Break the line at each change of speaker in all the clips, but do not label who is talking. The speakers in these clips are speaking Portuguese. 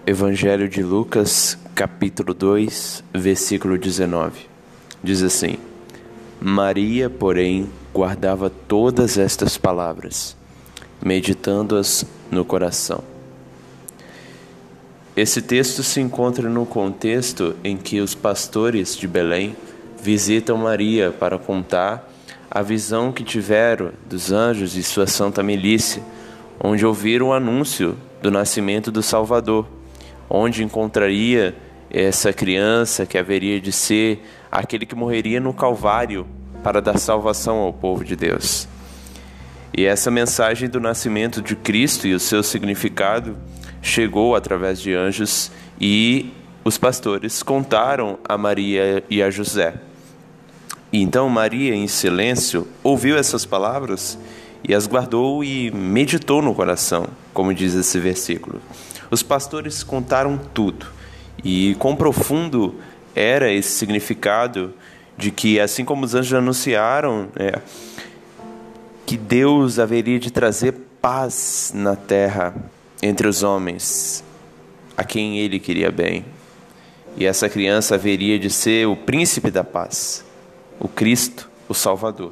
Evangelho de Lucas, capítulo 2, versículo 19. Diz assim: Maria, porém, guardava todas estas palavras, meditando-as no coração. Esse texto se encontra no contexto em que os pastores de Belém visitam Maria para contar a visão que tiveram dos anjos e sua santa milícia, onde ouviram o anúncio do nascimento do Salvador, onde encontraria essa criança que haveria de ser aquele que morreria no Calvário para dar salvação ao povo de Deus. E essa mensagem do nascimento de Cristo e o seu significado chegou através de anjos, e os pastores contaram a Maria e a José. E então Maria, em silêncio, ouviu essas palavras e as guardou e meditou no coração, como diz esse versículo. Os pastores contaram tudo, e quão profundo era esse significado de que, assim como os anjos anunciaram, que Deus haveria de trazer paz na terra entre os homens, a quem Ele queria bem. E essa criança haveria de ser o príncipe da paz, o Cristo, o Salvador.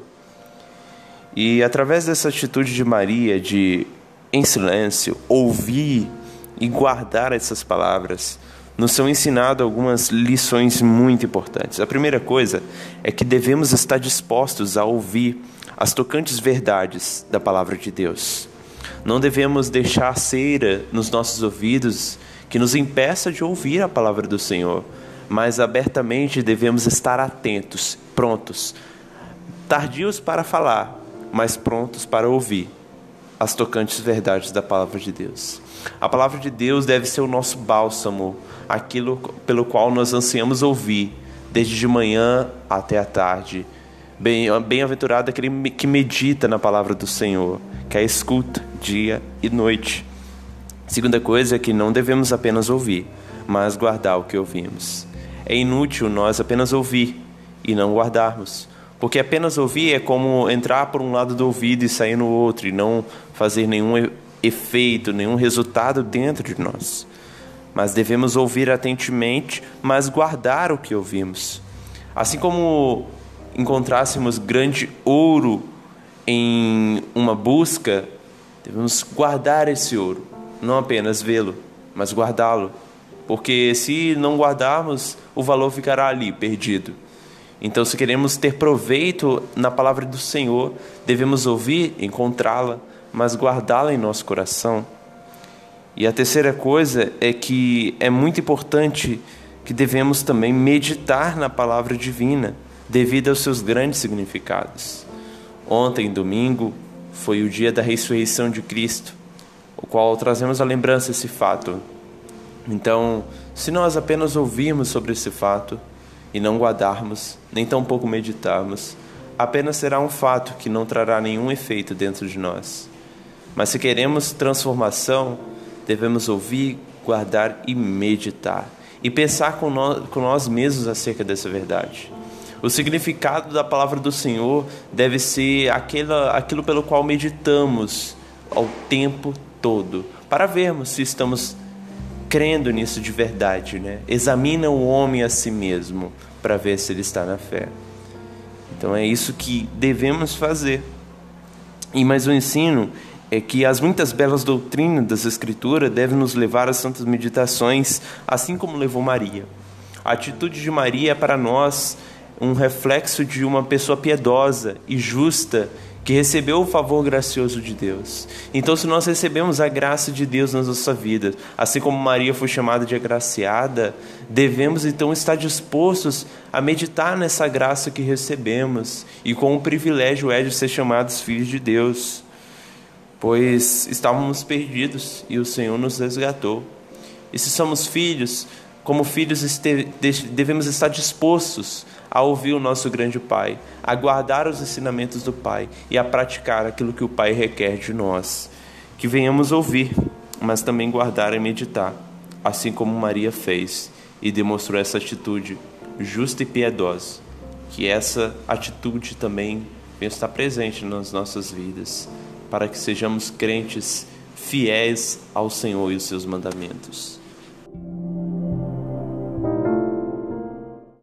E através dessa atitude de Maria, de, em silêncio, ouvir e guardar essas palavras, nos são ensinadas algumas lições muito importantes. A primeira coisa é que devemos estar dispostos a ouvir as tocantes verdades da palavra de Deus. Não devemos deixar cera nos nossos ouvidos que nos impeça de ouvir a palavra do Senhor, mas abertamente devemos estar atentos, prontos, tardios para falar, mas prontos para ouvir as tocantes verdades da palavra de Deus. A palavra de Deus deve ser o nosso bálsamo, aquilo pelo qual nós ansiamos ouvir, desde de manhã até a tarde. Bem-aventurado aquele que medita na palavra do Senhor, que a escuta dia e noite. Segunda coisa é que não devemos apenas ouvir, mas guardar o que ouvimos. É inútil nós apenas ouvir e não guardarmos, porque apenas ouvir é como entrar por um lado do ouvido e sair no outro, e não fazer nenhum efeito, nenhum resultado dentro de nós. Mas devemos ouvir atentamente, mas guardar o que ouvimos. Assim como encontrássemos grande ouro em uma busca, devemos guardar esse ouro, não apenas vê-lo, mas guardá-lo, porque se não guardarmos, o valor ficará ali, perdido. Então, se queremos ter proveito na palavra do Senhor, devemos ouvir, encontrá-la, mas guardá-la em nosso coração. E a terceira coisa é que é muito importante que devemos também meditar na palavra divina, devido aos seus grandes significados. Ontem, domingo, foi o dia da ressurreição de Cristo, o qual trazemos à lembrança esse fato. Então, se nós apenas ouvirmos sobre esse fato e não guardarmos, nem tampouco meditarmos, apenas será um fato que não trará nenhum efeito dentro de nós. Mas se queremos transformação, devemos ouvir, guardar e meditar, e pensar com nós mesmos acerca dessa verdade. O significado da palavra do Senhor deve ser aquilo pelo qual meditamos ao tempo todo, para vermos se estamos crendo nisso de verdade, Examina o homem a si mesmo, para ver se ele está na fé. Então é isso que devemos fazer. E mais um ensino é que as muitas belas doutrinas das Escrituras devem nos levar às santas meditações, assim como levou Maria. A atitude de Maria é para nós um reflexo de uma pessoa piedosa e justa que recebeu o favor gracioso de Deus. Então, se nós recebemos a graça de Deus na nossa vida, assim como Maria foi chamada de agraciada, devemos então estar dispostos a meditar nessa graça que recebemos, e com o privilégio é de ser chamados filhos de Deus, pois estávamos perdidos e o Senhor nos resgatou. E se somos filhos, como filhos devemos estar dispostos a ouvir o nosso grande Pai, a guardar os ensinamentos do Pai e a praticar aquilo que o Pai requer de nós. Que venhamos ouvir, mas também guardar e meditar, assim como Maria fez e demonstrou essa atitude justa e piedosa. Que essa atitude também venha estar presente nas nossas vidas, para que sejamos crentes fiéis ao Senhor e os seus mandamentos.